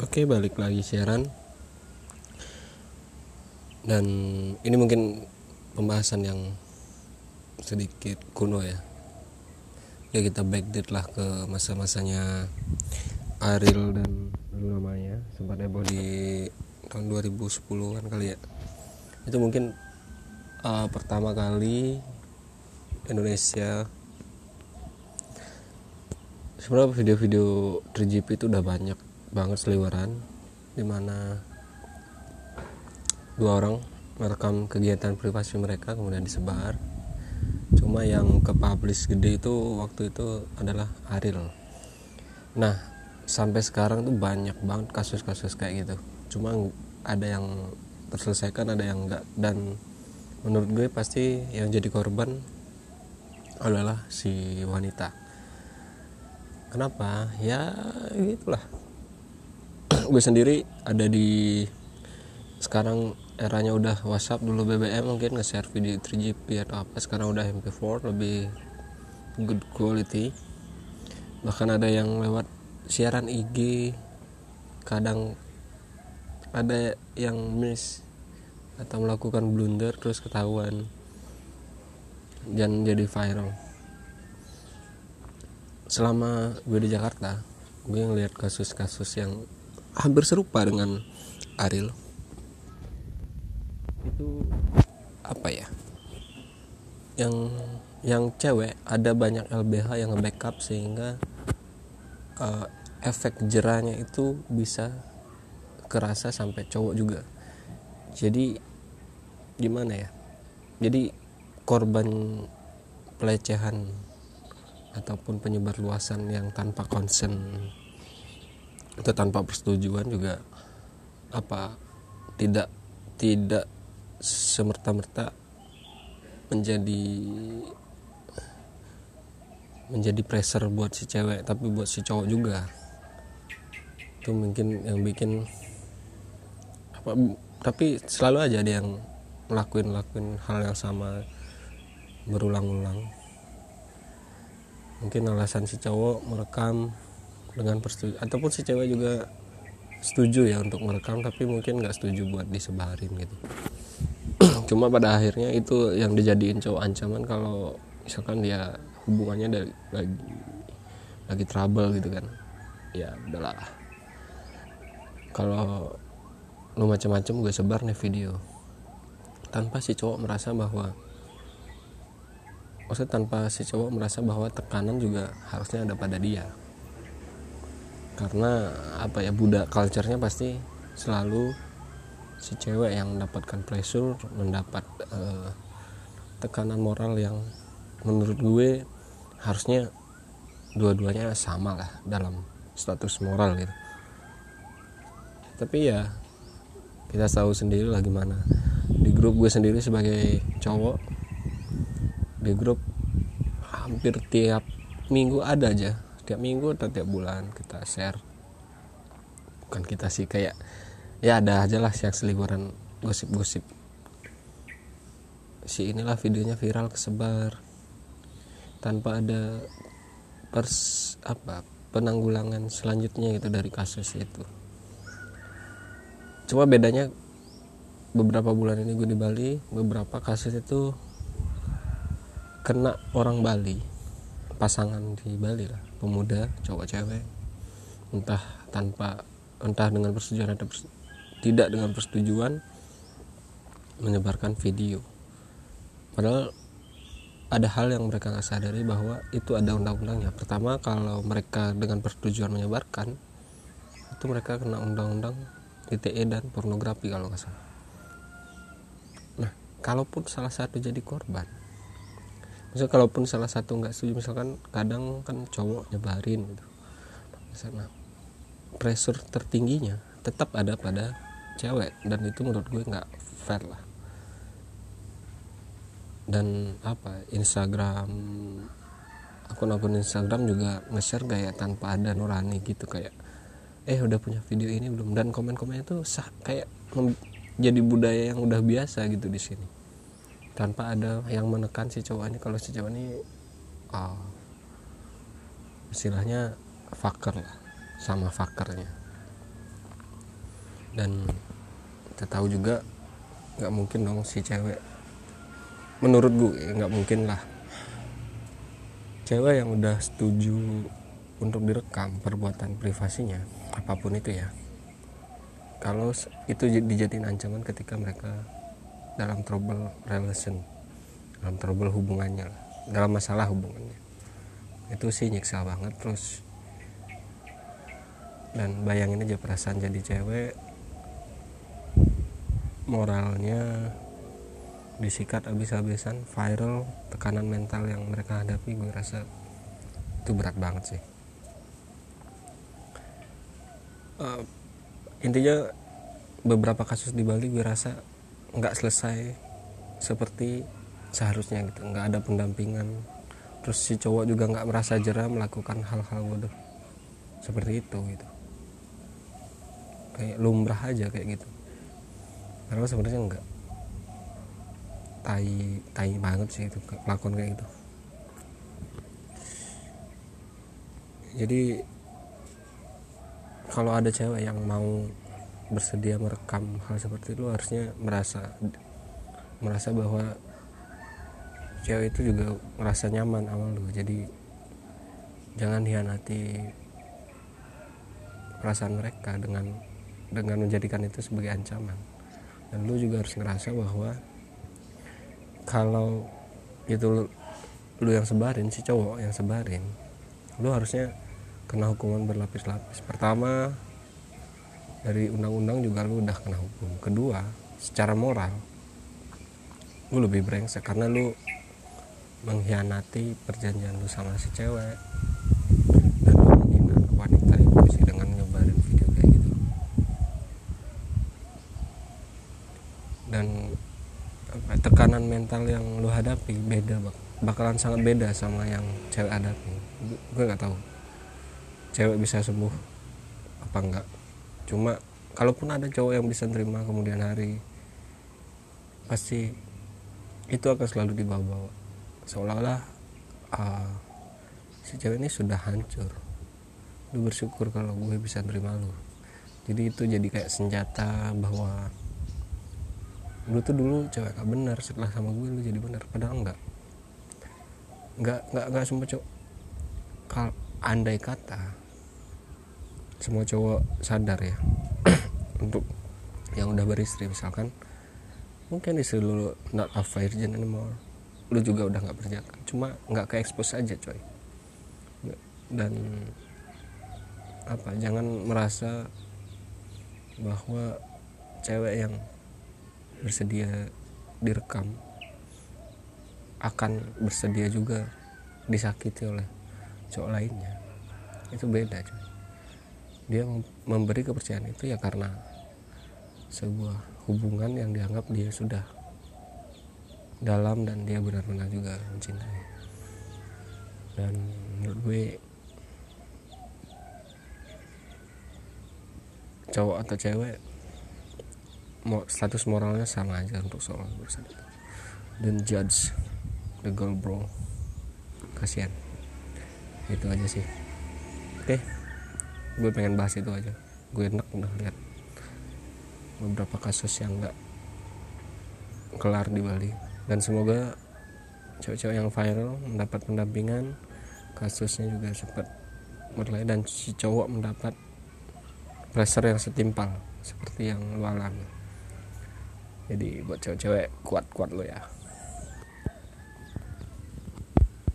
Oke, balik lagi siaran. Dan ini mungkin pembahasan yang sedikit kuno ya. Ya kita backdate lah ke masa-masanya Ariel dan Luna Maya, sempat heboh di tahun 2010-an kali ya. Itu mungkin pertama kali Indonesia. Sebenarnya video-video 3GP itu udah banyak banget seliweran, dimana dua orang merekam kegiatan privasi mereka kemudian disebar. Cuma yang ke publish gede itu waktu itu adalah Ariel. Nah, sampai sekarang tuh banyak banget kasus-kasus kayak gitu. Cuma ada yang terselesaikan, ada yang enggak. Dan menurut gue pasti yang jadi korban adalah si wanita. Kenapa? Ya gitulah. Gue sendiri ada di sekarang eranya udah WhatsApp, dulu BBM mungkin nge-share video 3GP atau apa, sekarang udah MP4 lebih good quality. Bahkan ada yang lewat siaran IG, kadang ada yang miss atau melakukan blunder terus ketahuan dan jadi viral. Selama gue di Jakarta, gue ngeliat kasus-kasus yang hampir serupa dengan Ariel. Itu apa ya, yang cewek ada banyak LBH yang nge-backup sehingga efek jerahnya itu bisa kerasa sampai cowok juga. Jadi gimana ya, jadi korban pelecehan ataupun penyebar luasan yang tanpa konsen atau tanpa persetujuan juga tidak semerta-merta menjadi pressure buat si cewek, tapi buat si cowok juga. Itu mungkin yang bikin tapi selalu aja ada yang ngelakuin hal yang sama berulang-ulang. Mungkin alasan si cowok merekam dengan persetujuan, ataupun si cewek juga setuju ya untuk merekam, tapi mungkin nggak setuju buat disebarin gitu. Cuma pada akhirnya itu yang dijadiin cowok ancaman kalau misalkan dia hubungannya lagi trouble gitu kan. Ya udahlah, kalau lu macam-macam gue sebar nih video, tanpa si cowok merasa bahwa tekanan juga harusnya ada pada dia. Karena budak culture-nya pasti selalu si cewek yang mendapatkan pressure, mendapat tekanan moral yang menurut gue harusnya dua-duanya sama lah dalam status moral gitu. Tapi ya kita tahu sendiri lah gimana. Di grup gue sendiri sebagai cowok, di grup hampir tiap minggu ada aja, tiap minggu atau tiap bulan kita share. Bukan kita sih, kayak ya ada aja lah yang seliweran gosip-gosip. Si inilah videonya viral kesebar tanpa ada penanggulangan selanjutnya gitu dari kasus itu. Cuma bedanya beberapa bulan ini gue di Bali, beberapa kasus itu kena orang Bali, pasangan di Bali lah, pemuda cowok cewek, entah dengan persetujuan atau tidak dengan persetujuan, menyebarkan video. Padahal ada hal yang mereka nggak sadari, bahwa itu ada undang-undangnya. Pertama, kalau mereka dengan persetujuan menyebarkan, itu mereka kena undang-undang ITE dan pornografi kalau nggak salah. Nah, kalaupun salah satu jadi korban, misalnya kalaupun salah satu nggak setuju, misalkan kadang kan cowok nyebarin gitu, misalnya pressure tertingginya tetap ada pada cewek, dan itu menurut gue nggak fair lah. Dan Instagram, akun-akun Instagram juga nge-share kayak tanpa ada nurani gitu, kayak udah punya video ini belum, dan komen-komennya tuh kayak jadi budaya yang udah biasa gitu di sini, tanpa ada yang menekan si cowok ini. Kalau si cowok ini istilahnya fucker lah, sama fuckernya. Dan kita tahu juga nggak mungkin dong si cewek, menurut gue nggak mungkin lah cewek yang udah setuju untuk direkam perbuatan privasinya apapun itu ya, kalau itu dijadiin ancaman ketika mereka dalam trouble relation, dalam trouble hubungannya, dalam masalah hubungannya, itu sih nyiksa banget. Terus dan bayangin aja perasaan jadi cewek, moralnya disikat habis-habisan, viral, tekanan mental yang mereka hadapi, gue rasa itu berat banget sih. Intinya beberapa kasus di Bali gue rasa nggak selesai seperti seharusnya gitu, nggak ada pendampingan. Terus si cowok juga nggak merasa jera melakukan hal-hal bodoh seperti itu gitu, kayak lumrah aja kayak gitu. Karena sebenarnya enggak, tai banget sih itu lakon kayak gitu. Jadi kalau ada cewek yang mau bersedia merekam hal seperti itu, harusnya merasa bahwa cewek itu juga merasa nyaman sama lu. Jadi jangan hianati perasaan mereka dengan menjadikan itu sebagai ancaman. Dan lu juga harus ngerasa bahwa kalau itu lu yang sebarin, si cowok yang sebarin, lu harusnya kena hukuman berlapis-lapis. Pertama, dari undang-undang juga lu udah kena hukum. Kedua, secara moral lu lebih brengsek karena lu mengkhianati perjanjian lu sama si cewek, dan lu menghina wanita itu sih dengan nyebarin video kayak gitu. Dan tekanan mental yang lu hadapi bakalan sangat beda sama yang cewek hadapi. Gue nggak tahu cewek bisa sembuh apa enggak, cuma kalaupun ada cowok yang bisa terima kemudian hari, pasti itu akan selalu dibawa-bawa seolah-olah si cewek ini sudah hancur, lu bersyukur kalau gue bisa terima lu. Jadi itu jadi kayak senjata bahwa lu tuh dulu cewek gak benar, setelah sama gue lu jadi benar. Padahal enggak semua cowok. Andai kata semua cowok sadar ya untuk yang udah beristri, misalkan mungkin istri lu not a virgin anymore, lu juga udah gak berjaka, cuma gak ke-expose aja coy. Dan jangan merasa bahwa cewek yang bersedia direkam akan bersedia juga disakiti oleh cowok lainnya. Itu beda coy. Dia memberi kepercayaan itu ya karena sebuah hubungan yang dianggap dia sudah dalam dan dia benar-benar juga mencintai. Dan menurut gue cowok atau cewek status moralnya sama aja untuk soal urusan itu. Dan judge the girl bro, kasihan. Itu aja sih. Oke, gue pengen bahas itu aja. Gue enak udah lihat beberapa kasus yang gak kelar di Bali. Dan semoga cewek-cewek yang viral mendapat pendampingan, kasusnya juga cepat berlalu, dan si cowok mendapat pressure yang setimpal seperti yang lu alami. Jadi buat cewek-cewek, kuat-kuat lo ya.